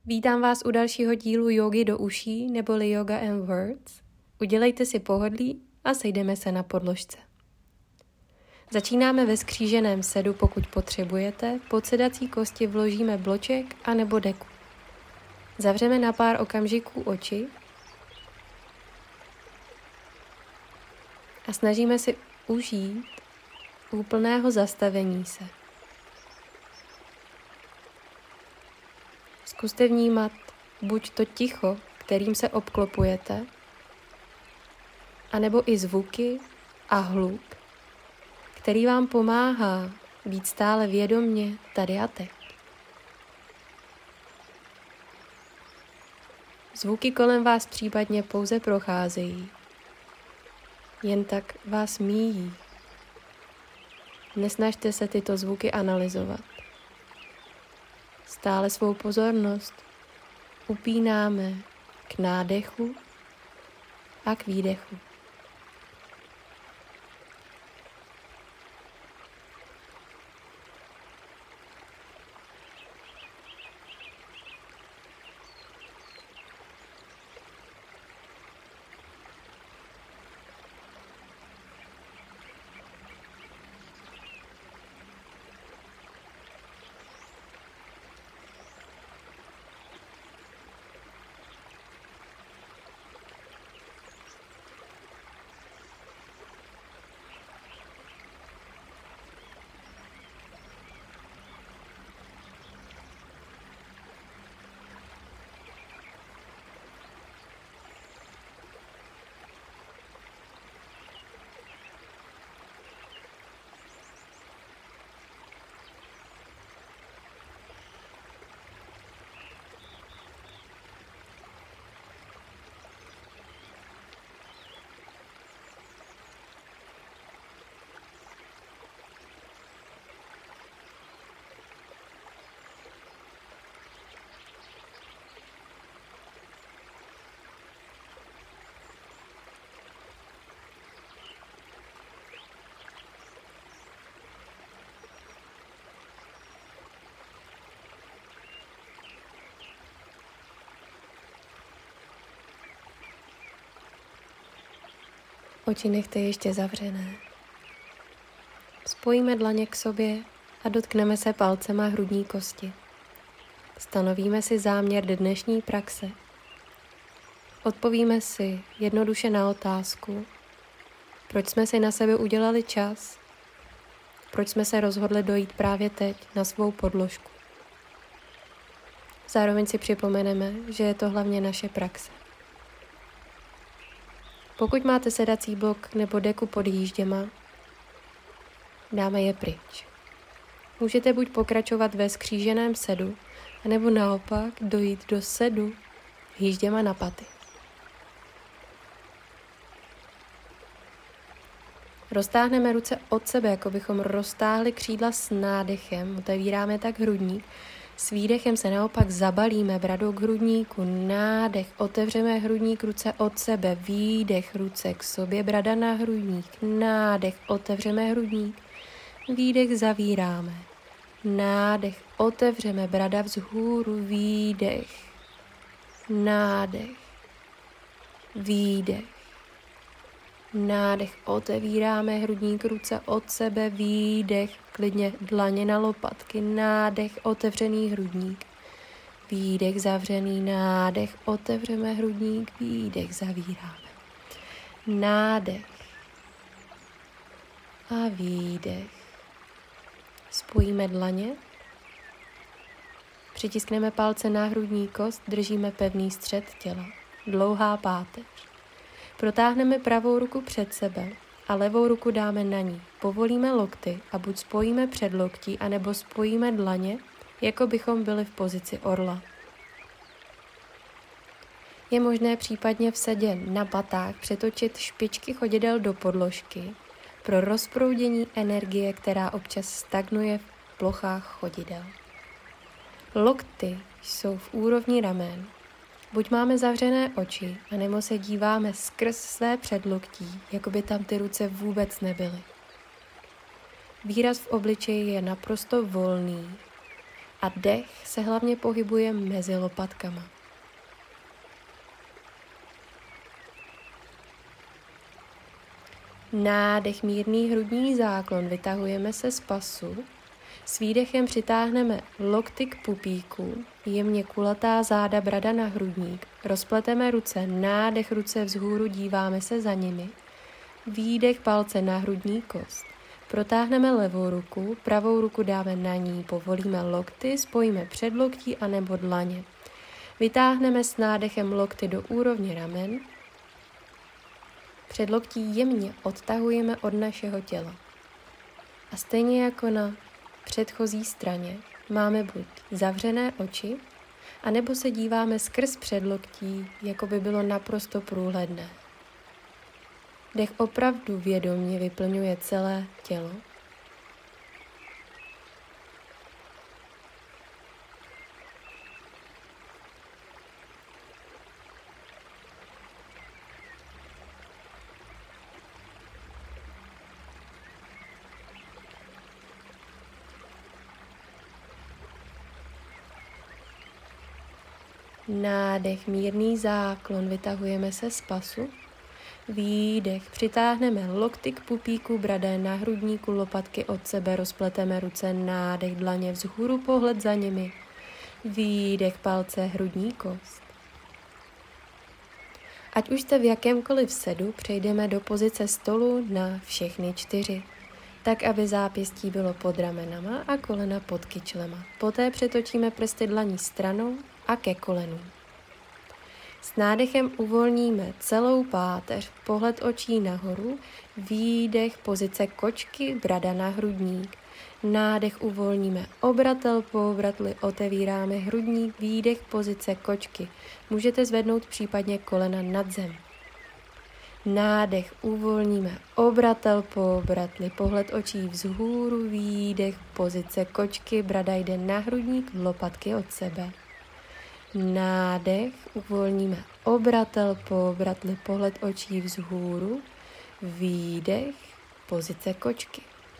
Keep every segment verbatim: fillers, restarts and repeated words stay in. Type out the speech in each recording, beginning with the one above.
Vítám vás u dalšího dílu Jógy do uší neboli Yoga and Words. Udělejte si pohodlí a sejdeme se na podložce. Začínáme ve skříženém sedu, pokud potřebujete. Pod sedací kosti vložíme bloček a nebo deku. Zavřeme na pár okamžiků oči a snažíme si užít úplného zastavení se. Zkuste vnímat buď to ticho, kterým se obklopujete, anebo i zvuky a hluk, který vám pomáhá být stále vědomně tady a teď. Zvuky kolem vás případně pouze procházejí, jen tak vás míjí. Nesnažte se tyto zvuky analyzovat. Stále svou pozornost upínáme k nádechu a k výdechu. Oči nechte ještě zavřené. Spojíme dlaně k sobě a dotkneme se palcema hrudní kosti. Stanovíme si záměr dnešní praxe. Odpovíme si jednoduše na otázku, proč jsme si na sebe udělali čas, proč jsme se rozhodli dojít právě teď na svou podložku. Zároveň si připomeneme, že je to hlavně naše praxe. Pokud máte sedací blok nebo deku pod jížděma, dáme je pryč. Můžete buď pokračovat ve skříženém sedu, anebo naopak dojít do sedu jížděma na paty. Roztáhneme ruce od sebe, jako bychom roztáhli křídla s nádechem, otevíráme tak hrudník. S výdechem se naopak zabalíme bradou k hrudníku, nádech, otevřeme hrudník, ruce od sebe, výdech, ruce k sobě, brada na hrudník, nádech, otevřeme hrudník, výdech, zavíráme, nádech, otevřeme, brada vzhůru, výdech, nádech, výdech, nádech, otevíráme hrudník, ruce od sebe, výdech, klidně dlaně na lopatky, nádech, otevřený hrudník, výdech, zavřený, nádech, otevřeme hrudník, výdech, zavíráme, nádech a výdech. Spojíme dlaně, přitiskneme palce na hrudní kost, držíme pevný střed těla, dlouhá páteř. Protáhneme pravou ruku před sebe a levou ruku dáme na ní. Povolíme lokty a buď spojíme předloktí, anebo spojíme dlaně, jako bychom byli v pozici orla. Je možné případně v sedě na patách přetočit špičky chodidel do podložky pro rozproudění energie, která občas stagnuje v plochách chodidel. Lokty jsou v úrovni ramen. Buď máme zavřené oči, anebo se díváme skrz své předloktí, jako by tam ty ruce vůbec nebyly. Výraz v obličeji je naprosto volný A dech se hlavně pohybuje mezi lopatkama. Nádech, mírný hrudní záklon, vytahujeme se z pasu. S výdechem přitáhneme lokty k pupíku, jemně kulatá záda, brada na hrudník. Rozpleteme ruce, nádech, ruce vzhůru, díváme se za nimi. Výdech, palce na hrudní kost. Protáhneme levou ruku, pravou ruku dáme na ní, povolíme lokty, spojíme předloktí anebo dlaně. Vytáhneme s nádechem lokty do úrovně ramen. Předloktí jemně odtahujeme od našeho těla. A stejně jako na předchozí straně máme buď zavřené oči, anebo se díváme skrz předloktí, jako by bylo naprosto průhledné. Dech opravdu vědomě vyplňuje celé tělo. Nádech, mírný záklon, vytahujeme se z pasu. Výdech, přitáhneme lokty k pupíku, bradé na hrudníku, lopatky od sebe, rozpleteme ruce, nádech, dlaně vzhůru, pohled za nimi. Výdech, palce, hrudní kost. Ať už jste v jakémkoliv sedu, přejdeme do pozice stolu na všechny čtyři, tak aby zápěstí bylo pod ramenama a kolena pod kyčlema. Poté přetočíme prsty dlaní stranou a ke kolenům. S nádechem uvolníme celou páteř, pohled očí nahoru, výdech, pozice kočky, brada na hrudník. Nádech uvolníme obratel po obratli, otevíráme hrudník, výdech, pozice kočky. Můžete zvednout případně kolena nad zem. Nádech uvolníme obratel po obratli, pohled očí vzhůru, výdech, pozice kočky, brada jde na hrudník, lopatky od sebe. Nádech, uvolníme obratel po obratli, pohled očí vzhůru, výdech, pozice kočky.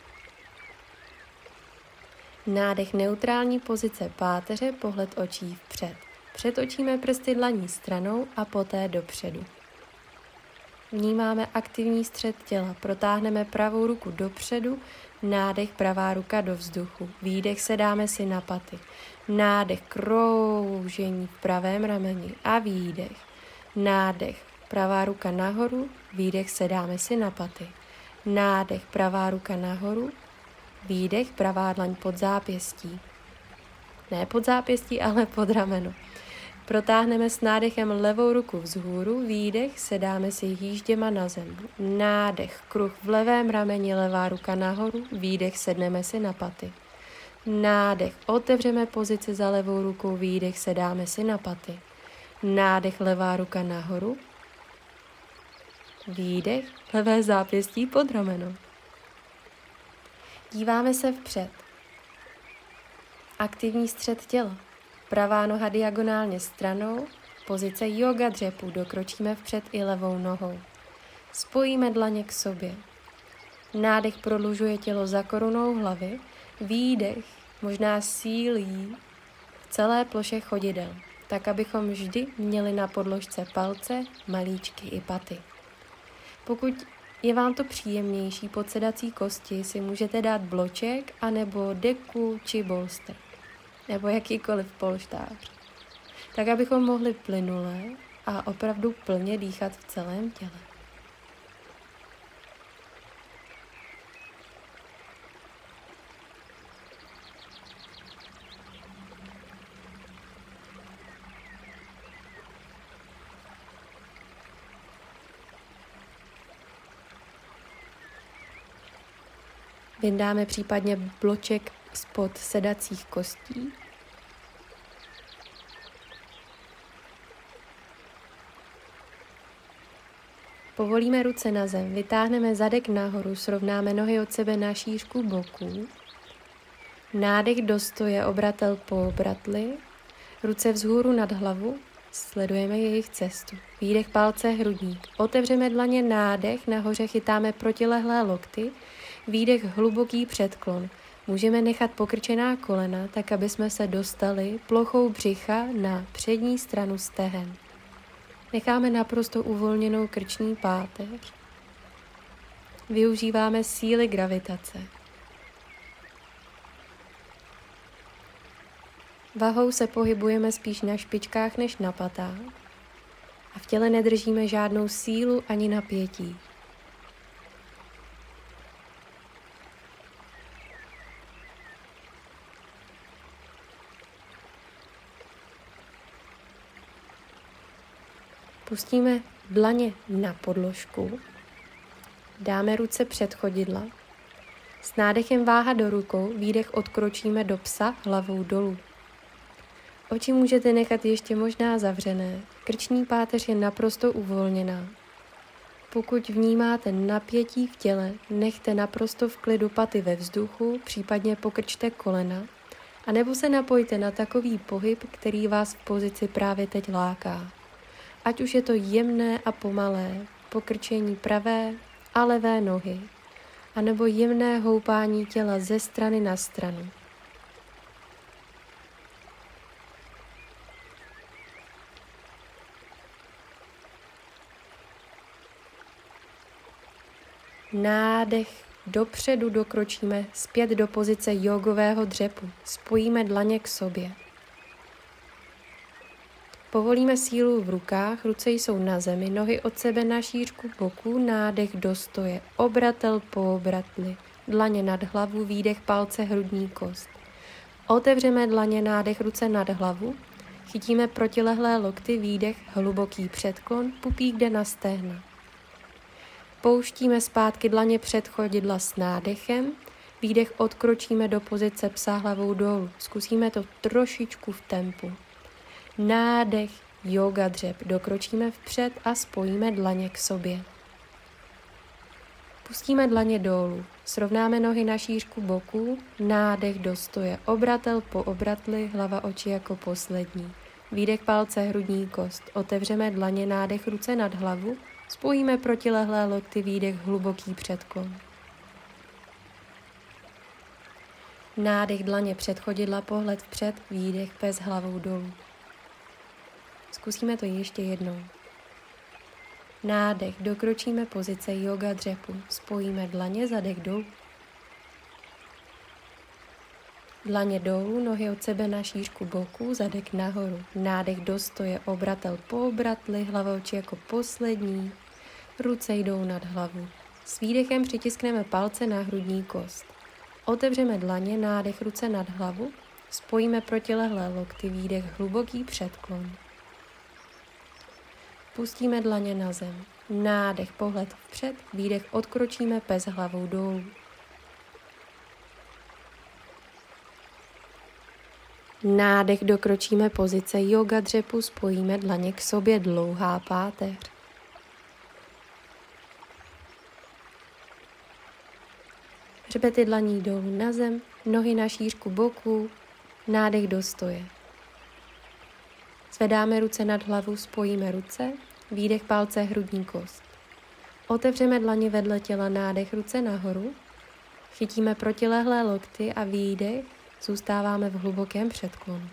Nádech, neutrální pozice páteře, pohled očí vpřed. Přetočíme prsty dlaní stranou a poté dopředu. Vnímáme aktivní střed těla, protáhneme pravou ruku dopředu, nádech, pravá ruka do vzduchu, výdech, sedáme si na paty. Nádech, kroužení v pravém rameni a výdech. Nádech, pravá ruka nahoru, výdech, sedáme si na paty. Nádech, pravá ruka nahoru, výdech, pravá dlaň pod zápěstí. Ne pod zápěstí, ale pod rameno. Protáhneme s nádechem levou ruku vzhůru, výdech, sedáme si jížděma na zem. Nádech, kruh v levém rameni, levá ruka nahoru, výdech, sedneme si na paty. Nádech, otevřeme pozici za levou rukou, výdech, sedáme si na paty. Nádech, levá ruka nahoru, výdech, levé zápěstí pod rameno. Díváme se vpřed. Aktivní střed těla. Pravá noha diagonálně stranou, pozice yoga dřepu, dokročíme vpřed i levou nohou. Spojíme dlaně k sobě. Nádech prodlužuje tělo za korunou hlavy, výdech možná sílí v celé ploše chodidel, tak abychom vždy měli na podložce palce, malíčky i paty. Pokud je vám to příjemnější, pod sedací kosti si můžete dát bloček anebo deku či bolster, nebo jakýkoliv polštář, tak abychom mohli plynule a opravdu plně dýchat v celém těle. Vyndáme případně bloček spod sedacích kostí. Povolíme ruce na zem, vytáhneme zadek nahoru, srovnáme nohy od sebe na šířku boků. Nádech do stoje, obratel po obratli, ruce vzhůru nad hlavu, sledujeme jejich cestu. Výdech, palce, hrudník. Otevřeme dlaně, nádech, nahoře chytáme protilehlé lokty, výdech, hluboký předklon. Můžeme nechat pokrčená kolena, tak aby jsme se dostali plochou břicha na přední stranu stehen. Necháme naprosto uvolněnou krční páteř. Využíváme síly gravitace. Vahou se pohybujeme spíš na špičkách než na patách a v těle nedržíme žádnou sílu ani napětí. Pustíme dlaně na podložku, dáme ruce před chodidla, s nádechem váha do rukou, výdech odkročíme do psa hlavou dolů. Oči můžete nechat ještě možná zavřené, krční páteř je naprosto uvolněná. Pokud vnímáte napětí v těle, nechte naprosto v klidu paty ve vzduchu, případně pokrčte kolena, anebo se napojte na takový pohyb, který vás v pozici právě teď láká. Ať už je to jemné a pomalé pokrčení pravé a levé nohy, anebo jemné houpání těla ze strany na stranu. Nádech, dopředu dokročíme zpět do pozice jogového dřepu, spojíme dlaně k sobě. Povolíme sílu v rukách, ruce jsou na zemi, nohy od sebe na šířku boků, nádech do stoje, obratel po obratli, dlaně nad hlavu, výdech palce, hrudní kost. Otevřeme dlaně, nádech, ruce nad hlavu, chytíme protilehlé lokty, výdech, hluboký předklon, pupík jde na stehna. Pouštíme zpátky dlaně před chodidla s nádechem, výdech odkročíme do pozice psa hlavou dolů. Zkusíme to trošičku v tempu. Nádech, yoga dřep, dokročíme vpřed a spojíme dlaně k sobě. Pustíme dlaně dolů, srovnáme nohy na šířku boků, nádech do stoje, obratel po obratli, hlava oči jako poslední. Výdech palce, hrudní kost, otevřeme dlaně, nádech, ruce nad hlavu, spojíme protilehlé lokty, výdech, hluboký předklon. Nádech, dlaně před chodidla, pohled vpřed, výdech, pes hlavou dolů. Zkusíme to ještě jednou. Nádech, dokročíme pozice yoga dřepu, spojíme dlaně, zadek dolů. Dlaně dolů, nohy od sebe na šířku boku, zadek nahoru. Nádech do stoje, obratel po obratli, hlava oči jako poslední, ruce jdou nad hlavu. S výdechem přitiskneme palce na hrudní kost. Otevřeme dlaně, nádech, ruce nad hlavu, spojíme protilehlé lokty, výdech, hluboký předklon. Pustíme dlaně na zem. Nádech, pohled vpřed, výdech, odkročíme pes hlavou dolů. Nádech, dokročíme pozice yoga dřepu, spojíme dlaně k sobě, dlouhá páteř. Hřbety dlaní dolů na zem, nohy na šířku boků, nádech do stoje. Zvedáme ruce nad hlavu, spojíme ruce, výdech palce, hrudní kost. Otevřeme dlaně vedle těla, nádech, ruce nahoru, chytíme protilehlé lokty a výdech, zůstáváme v hlubokém předklonu.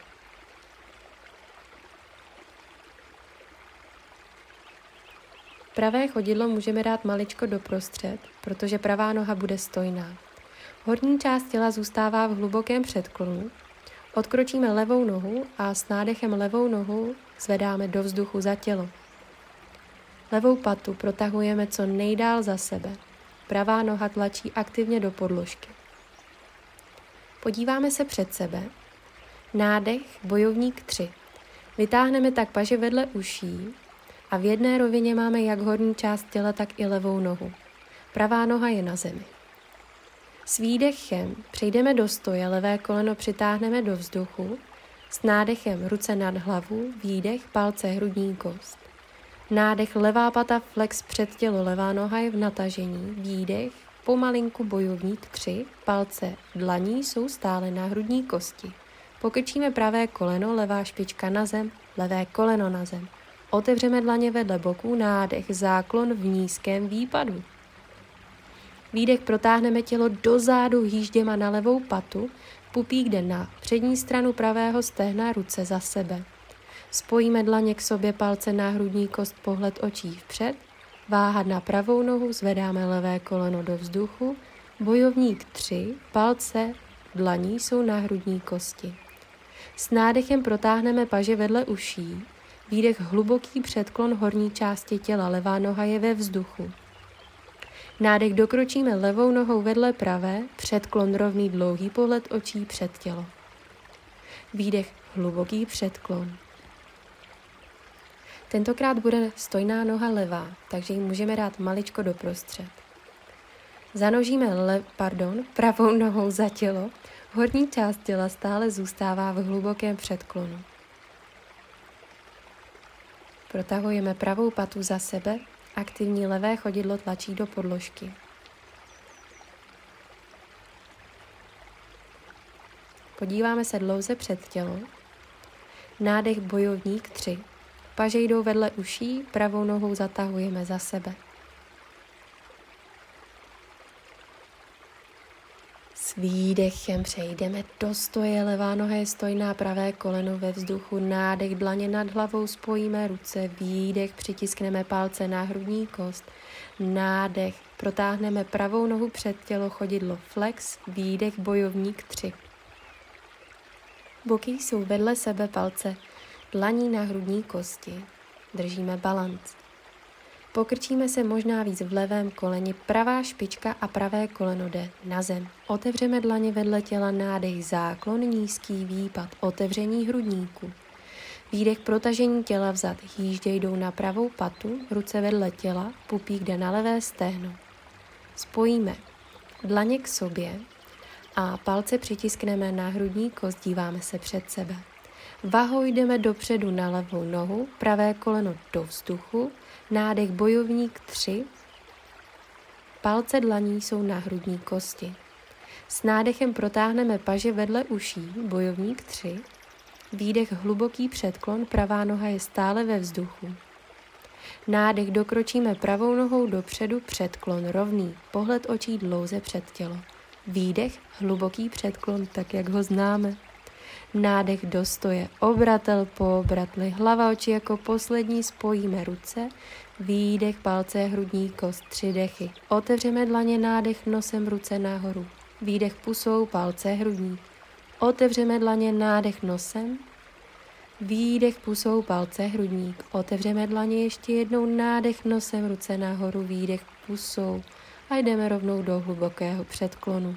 Pravé chodidlo můžeme dát maličko doprostřed, protože pravá noha bude stojná. Horní část těla zůstává v hlubokém předklonu. Odkročíme levou nohu a s nádechem levou nohu zvedáme do vzduchu za tělo. Levou patu protahujeme co nejdál za sebe. Pravá noha tlačí aktivně do podložky. Podíváme se před sebe. Nádech, bojovník tři. Vytáhneme tak paže vedle uší a v jedné rovině máme jak horní část těla, tak i levou nohu. Pravá noha je na zemi. S výdechem přejdeme do stoje, levé koleno přitáhneme do vzduchu, s nádechem ruce nad hlavu, výdech, palce, hrudní kost. Nádech, levá pata, flex před tělo, levá noha je v natažení, výdech, pomalinku bojovník tři, palce, dlaní jsou stále na hrudní kosti. Pokrčíme pravé koleno, levá špička na zem, levé koleno na zem. Otevřeme dlaně vedle boku, nádech, záklon v nízkém výpadu. Výdech protáhneme tělo dozadu hýžděma na levou patu, pupík jde na přední stranu pravého stehna, ruce za sebe. Spojíme dlaně k sobě, palce na hrudní kost, pohled očí vpřed, váha na pravou nohu, zvedáme levé koleno do vzduchu, bojovník tři, palce dlaní jsou na hrudní kosti. S nádechem protáhneme paže vedle uší, výdech hluboký předklon horní části těla, levá noha je ve vzduchu. Nádech dokročíme levou nohou vedle pravé, předklon rovný, dlouhý pohled očí před tělo. Výdech hluboký předklon. Tentokrát bude stojná noha levá, takže ji můžeme dát maličko doprostřed. Zanožíme le, pardon, pravou nohou za tělo, horní část těla stále zůstává v hlubokém předklonu. Protahujeme pravou patu za sebe, aktivní levé chodidlo tlačí do podložky. Podíváme se dlouze před tělo. Nádech bojovník tři. Paže jdou vedle uší, pravou nohou zatahujeme za sebe. S výdechem přejdeme do stoje, levá noha je stojná, pravé koleno ve vzduchu, nádech, dlaně nad hlavou, spojíme ruce, výdech, přitiskneme palce na hrudní kost, nádech, protáhneme pravou nohu před tělo, chodidlo flex, výdech, bojovník tři. Boky jsou vedle sebe, palce dlaní na hrudní kosti, držíme balanc. Pokrčíme se možná víc v levém koleni, pravá špička a pravé koleno jde na zem. Otevřeme dlaně vedle těla, nádech, záklon, nízký výpad, otevření hrudníku. Výdech, protažení těla vzad, hýždě jdou na pravou patu, ruce vedle těla, pupík jde na levé stehno. Spojíme dlaně k sobě a palce přitiskneme na hrudní kost, díváme se před sebe. Vahou jdeme dopředu na levou nohu, pravé koleno do vzduchu, nádech bojovník tři, palce dlaní jsou na hrudní kosti. S nádechem protáhneme paže vedle uší, bojovník tři, výdech hluboký předklon, pravá noha je stále ve vzduchu. Nádech dokročíme pravou nohou dopředu, předklon rovný, pohled očí dlouze před tělo. Výdech hluboký předklon, tak jak ho známe. Nádech do stoje, obratel po obratli, hlava oči jako poslední, spojíme ruce, výdech, palce, hrudní kost, tři dechy. Otevřeme dlaně, nádech nosem, ruce nahoru, výdech pusou, palce, hrudní. Otevřeme dlaně, nádech nosem, výdech pusou, palce, hrudník. Otevřeme dlaně ještě jednou, nádech nosem, ruce nahoru, výdech pusou a jdeme rovnou do hlubokého předklonu.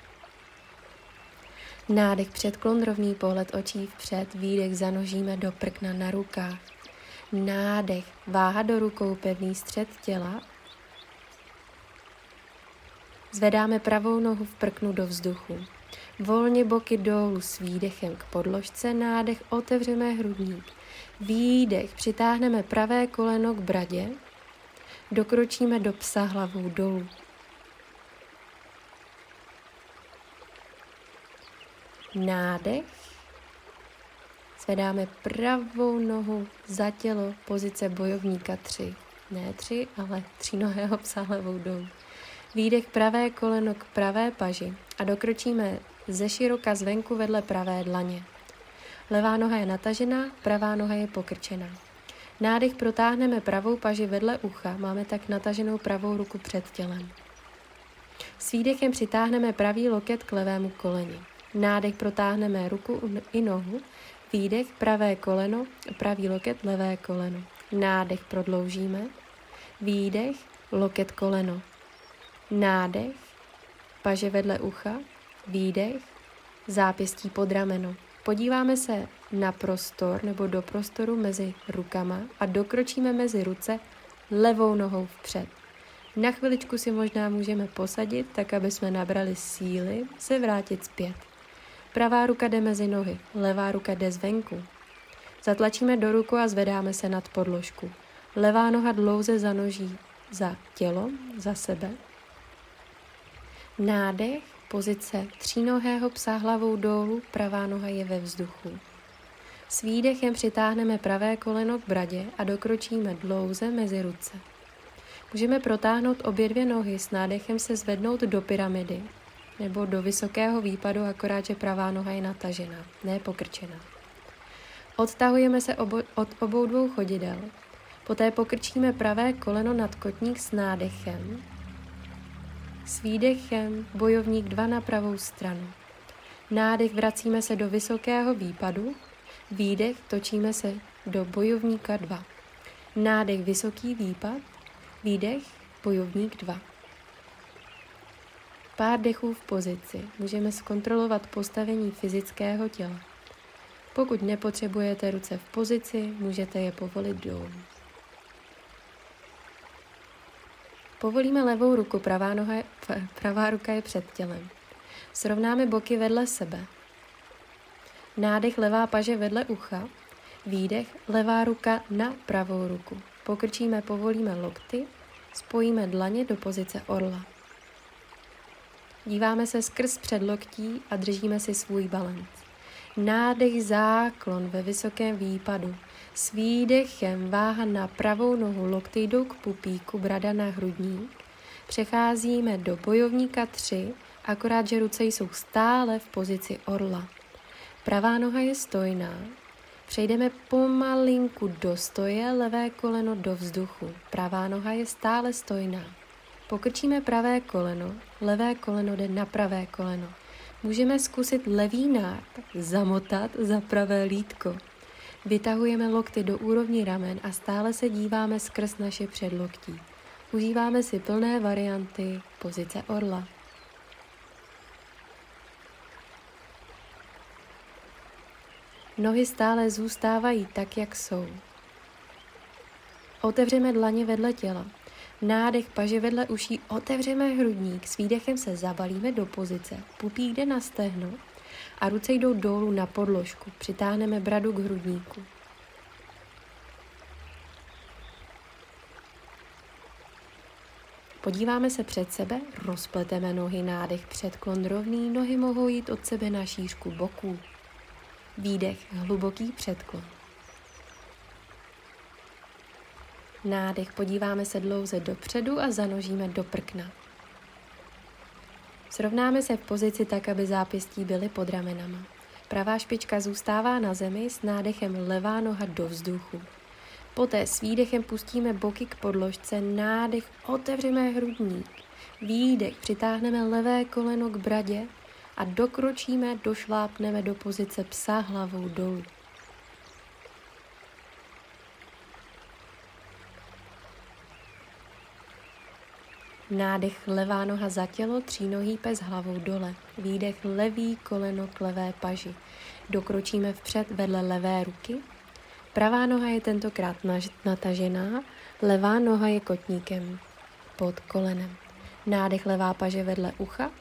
Nádech, předklon, rovný pohled očí vpřed, výdech, zanožíme do prkna na rukách. Nádech, váha do rukou, pevný střed těla. Zvedáme pravou nohu v prknu do vzduchu. Volně boky dolů s výdechem k podložce, nádech, otevřeme hrudník. Výdech, přitáhneme pravé koleno k bradě, dokročíme do psa hlavou dolů. Nádech, zvedáme pravou nohu za tělo, pozice bojovníka tři, ne tři, ale třínohého psa hlavou dolů. Výdech, pravé koleno k pravé paži a dokročíme ze široka zvenku vedle pravé dlaně. Levá noha je natažená, pravá noha je pokrčená. Nádech, protáhneme pravou paži vedle ucha, máme tak nataženou pravou ruku před tělem. S výdechem přitáhneme pravý loket k levému koleni. Nádech, protáhneme ruku i nohu, výdech, pravé koleno, pravý loket, levé koleno. Nádech, prodloužíme, výdech, loket, koleno. Nádech, paže vedle ucha, výdech, zápěstí pod rameno. Podíváme se na prostor nebo do prostoru mezi rukama a dokročíme mezi ruce levou nohou vpřed. Na chviličku si možná můžeme posadit, tak aby jsme nabrali síly se vrátit zpět. Pravá ruka jde mezi nohy, levá ruka jde zvenku. Zatlačíme do ruku a zvedáme se nad podložku. Levá noha dlouze zanoží za tělo, za sebe. Nádech, pozice třínohého psa hlavou dolů, pravá noha je ve vzduchu. S výdechem přitáhneme pravé koleno k bradě a dokročíme dlouze mezi ruce. Můžeme protáhnout obě dvě nohy, s nádechem se zvednout do pyramidy nebo do vysokého výpadu, akorát, že pravá noha je natažená, ne pokrčená. Odtahujeme se obo, od obou dvou chodidel. Poté pokrčíme pravé koleno nad kotník s nádechem. S výdechem bojovník dva na pravou stranu. Nádech vracíme se do vysokého výpadu. Výdech točíme se do bojovníka dva. Nádech vysoký výpad. Výdech bojovník dva. Pár dechů v pozici. Můžeme zkontrolovat postavení fyzického těla. Pokud nepotřebujete ruce v pozici, můžete je povolit dolů. Povolíme levou ruku, pravá, noha je, pravá ruka je před tělem. Srovnáme boky vedle sebe. Nádech levá paže vedle ucha. Výdech levá ruka na pravou ruku. Pokrčíme, povolíme lokty. Spojíme dlaně do pozice orla. Díváme se skrz předloktí a držíme si svůj balanc. Nádech záklon ve vysokém výpadu. S výdechem váha na pravou nohu, lokty jdou k pupíku, brada na hrudník. Přecházíme do bojovníka tři, akorát, že ruce jsou stále v pozici orla. Pravá noha je stojná. Přejdeme pomalinku do stoje, levé koleno do vzduchu. Pravá noha je stále stojná. Pokrčíme pravé koleno, levé koleno jde na pravé koleno. Můžeme zkusit levý nárt zamotat za pravé lítko. Vytahujeme lokty do úrovni ramen a stále se díváme skrz naše předloktí. Užíváme si plné varianty pozice orla. Nohy stále zůstávají tak, jak jsou. Otevřeme dlaně vedle těla. Nádech paže vedle uší, otevřeme hrudník, s výdechem se zabalíme do pozice. Pupík jde na stehno a ruce jdou dolů na podložku. Přitáhneme bradu k hrudníku. Podíváme se před sebe, rozpleteme nohy, nádech, předklon rovný, nohy mohou jít od sebe na šířku boků. Výdech, hluboký předklon. Nádech, podíváme se dlouze dopředu a zanožíme do prkna. Srovnáme se v pozici tak, aby zápěstí byly pod ramenama. Pravá špička zůstává na zemi, s nádechem levá noha do vzduchu. Poté s výdechem pustíme boky k podložce, nádech, otevřeme hrudník. Výdech, přitáhneme levé koleno k bradě a dokročíme, došlápneme do pozice psa hlavou dolů. Nádech levá noha za tělo, třínohý pes hlavou dole. Výdech levý koleno k levé paži. Dokročíme vpřed vedle levé ruky. Pravá noha je tentokrát natažená, levá noha je kotníkem pod kolenem. Nádech levá paže vedle ucha.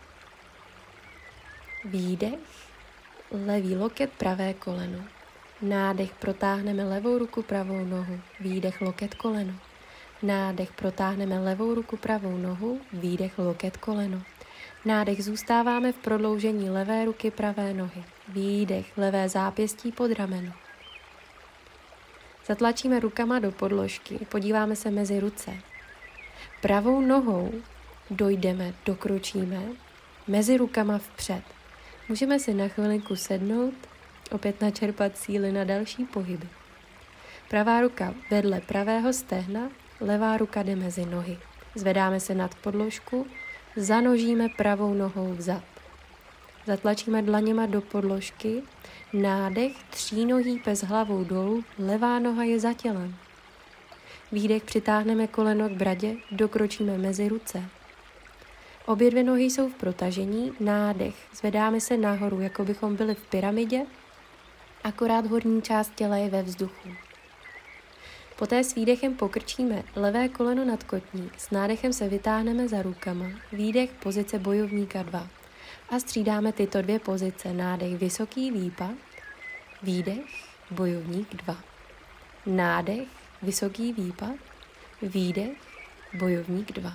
Výdech, levý loket, pravé koleno. Nádech, protáhneme levou ruku, pravou nohu. Výdech, loket, koleno. Nádech, protáhneme levou ruku, pravou nohu. Výdech, loket, koleno. Nádech, zůstáváme v prodloužení levé ruky, pravé nohy. Výdech, levé zápěstí pod rameno. Zatlačíme rukama do podložky, podíváme se mezi ruce. Pravou nohou dojdeme, dokročíme mezi rukama vpřed. Můžeme si na chvilinku sednout, opět načerpat síly na další pohyby. Pravá ruka vedle pravého stehna, levá ruka jde mezi nohy. Zvedáme se nad podložku, zanožíme pravou nohou vzad. Zatlačíme dlaněma do podložky, nádech, třínohý pes hlavou dolů, levá noha je za tělem. Výdech, přitáhneme koleno k bradě, dokročíme mezi ruce. Obě dvě nohy jsou v protažení, nádech, zvedáme se nahoru, jako bychom byli v pyramidě, akorát horní část těla je ve vzduchu. Poté s výdechem pokrčíme levé koleno nad kotník, s nádechem se vytáhneme za rukama, výdech, pozice bojovníka dva. A střídáme tyto dvě pozice, nádech, vysoký výpad, výdech, bojovník dva. Nádech, vysoký výpad, výdech, bojovník dva.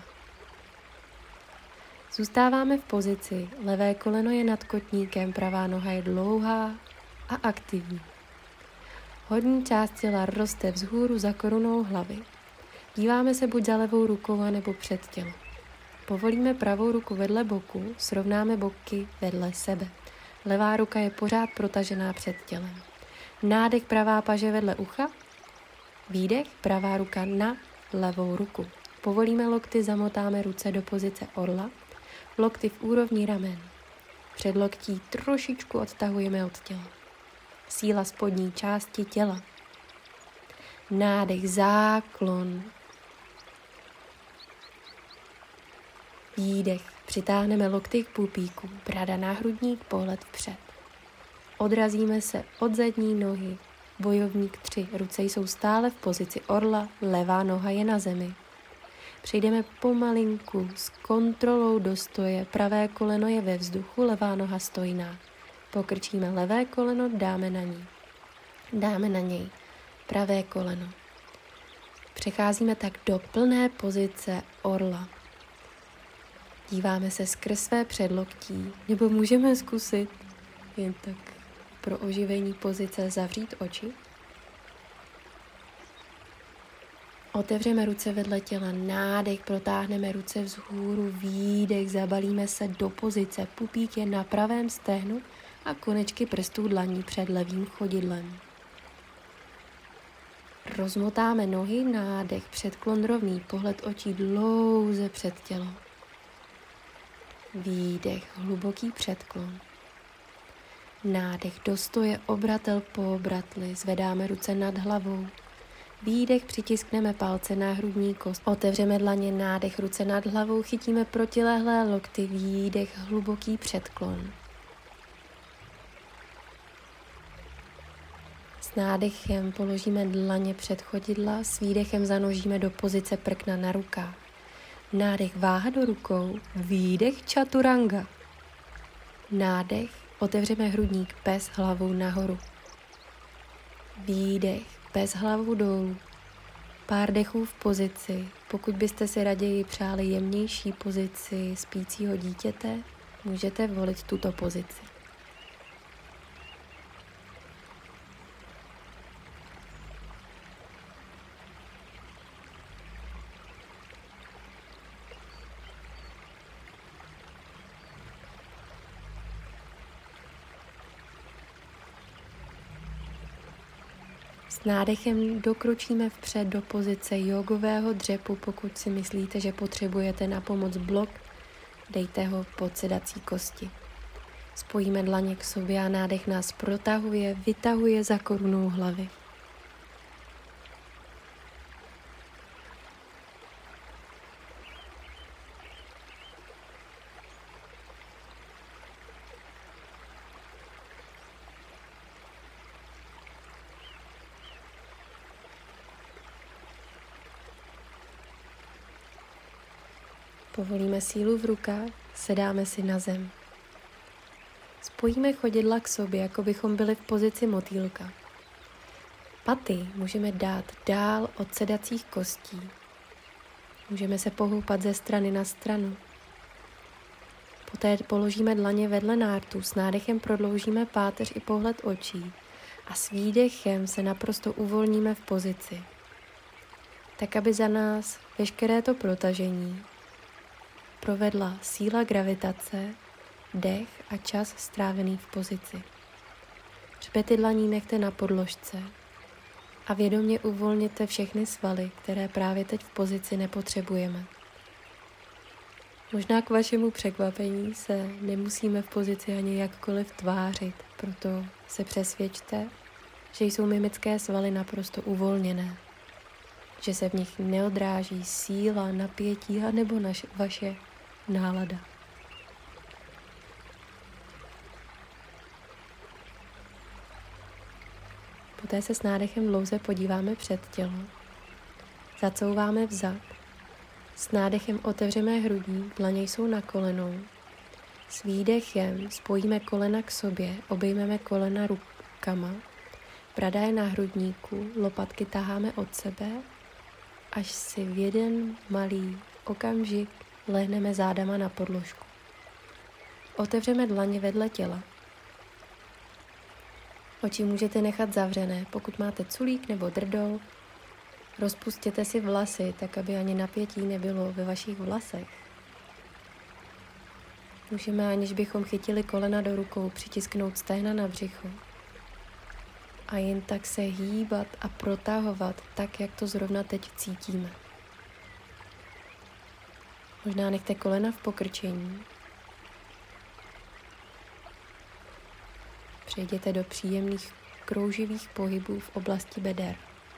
Zůstáváme v pozici, levé koleno je nad kotníkem, pravá noha je dlouhá a aktivní. Horní část těla roste vzhůru za korunou hlavy. Díváme se buď za levou rukou, anebo před tělo. Povolíme pravou ruku vedle boku, srovnáme boky vedle sebe. Levá ruka je pořád protažená před tělem. Nádech, pravá paže vedle ucha. Výdech, pravá ruka na levou ruku. Povolíme lokty, zamotáme ruce do pozice orla. Lokty v úrovni ramen. Předloktí trošičku odtahujeme od těla. Síla spodní části těla. Nádech, záklon. Výdech, přitáhneme lokty k pupíku, brada na hrudník, pohled vpřed. Odrazíme se od zadní nohy, bojovník tři, ruce jsou stále v pozici orla, levá noha je na zemi. Přejdeme pomalinku s kontrolou do stoje, pravé koleno je ve vzduchu, levá noha stojná. Pokrčíme levé koleno, dáme na ní. Dáme na něj pravé koleno. Přecházíme tak do plné pozice orla. Díváme se skrz své předloktí, nebo můžeme zkusit jen tak pro oživení pozice zavřít oči. Otevřeme ruce vedle těla, nádech, protáhneme ruce vzhůru, výdech, zabalíme se do pozice, pupík je na pravém stehnu a konečky prstů dlaní před levým chodidlem. Rozmotáme nohy, nádech, předklon rovný, pohled očí dlouze před tělo. Výdech, hluboký předklon. Nádech, do stoje, obratel po obratli, zvedáme ruce nad hlavou. Výdech, přitiskneme palce na hrudní kost. Otevřeme dlaně, nádech, ruce nad hlavou, chytíme protilehlé lokty, výdech, hluboký předklon. S nádechem položíme dlaně před chodidla, s výdechem zanožíme do pozice prkna na rukách. Nádech, váha do rukou, výdech, chaturanga. Nádech, otevřeme hrudník, pes hlavou nahoru. Výdech, pes hlavou dolů. Pár dechů v pozici. Pokud byste si raději přáli jemnější pozici spícího dítěte, můžete volit tuto pozici. S nádechem dokročíme vpřed do pozice jogového dřepu, pokud si myslíte, že potřebujete na pomoc blok, dejte ho pod sedací kosti. Spojíme dlaně k sobě a nádech nás protahuje, vytahuje za korunou hlavy. Povolíme sílu v rukách, sedáme si na zem. Spojíme chodidla k sobě, jako bychom byli v pozici motýlka. Paty můžeme dát dál od sedacích kostí. Můžeme se pohoupat ze strany na stranu. Poté položíme dlaně vedle nártu, s nádechem prodloužíme páteř i pohled očí a s výdechem se naprosto uvolníme v pozici. Tak, aby za nás veškeré to protažení provedla síla gravitace, dech a čas strávený v pozici. Hřbety dlaní nechte na podložce a vědomě uvolněte všechny svaly, které právě teď v pozici nepotřebujeme. Možná k vašemu překvapení se nemusíme v pozici ani jakkoliv tvářit, proto se přesvědčte, že jsou mimické svaly naprosto uvolněné, že se v nich neodráží síla, napětí a nebo naše, vaše nálada. Poté se s nádechem dlouze podíváme před tělo. Zacouváme vzad. S nádechem otevřeme hrudník, dlaně jsou na kolenou. S výdechem spojíme kolena k sobě, obejmeme kolena rukama. Brada je na hrudníku, lopatky taháme od sebe, až si v jeden malý okamžik lehneme zádama na podložku. Otevřeme dlaně vedle těla. Oči můžete nechat zavřené, pokud máte culík nebo drdol, Rozpustěte si vlasy, tak aby ani napětí nebylo ve vašich vlasech. Můžeme, aniž bychom chytili kolena do rukou, přitisknout stehna na břicho a jen tak se hýbat a protahovat tak, jak to zrovna teď cítíme. Možná nechte kolena v pokrčení. Přejděte do příjemných krouživých pohybů v oblasti beder.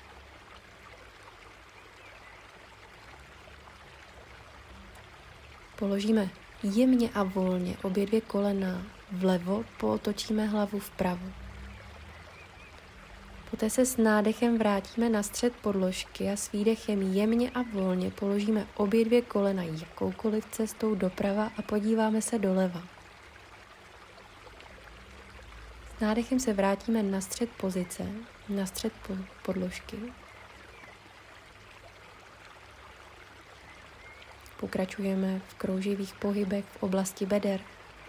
Položíme jemně a volně obě dvě kolena vlevo, pootočíme hlavu vpravo. Poté se s nádechem vrátíme na střed podložky a s výdechem jemně a volně položíme obě dvě kolena jakoukoliv cestou doprava a podíváme se doleva. S nádechem se vrátíme na střed pozice, na střed podložky. Pokračujeme v krouživých pohybech v oblasti beder.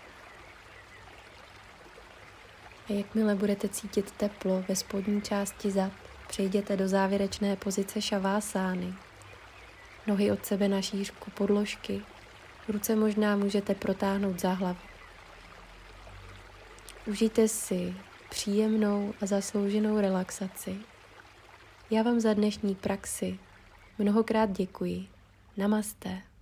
A jakmile budete cítit teplo ve spodní části zad, přejděte do závěrečné pozice šavásány. Nohy od sebe na šířku podložky, ruce možná můžete protáhnout za hlavu. Užijte si příjemnou a zaslouženou relaxaci. Já vám za dnešní praxi mnohokrát děkuji. Namaste.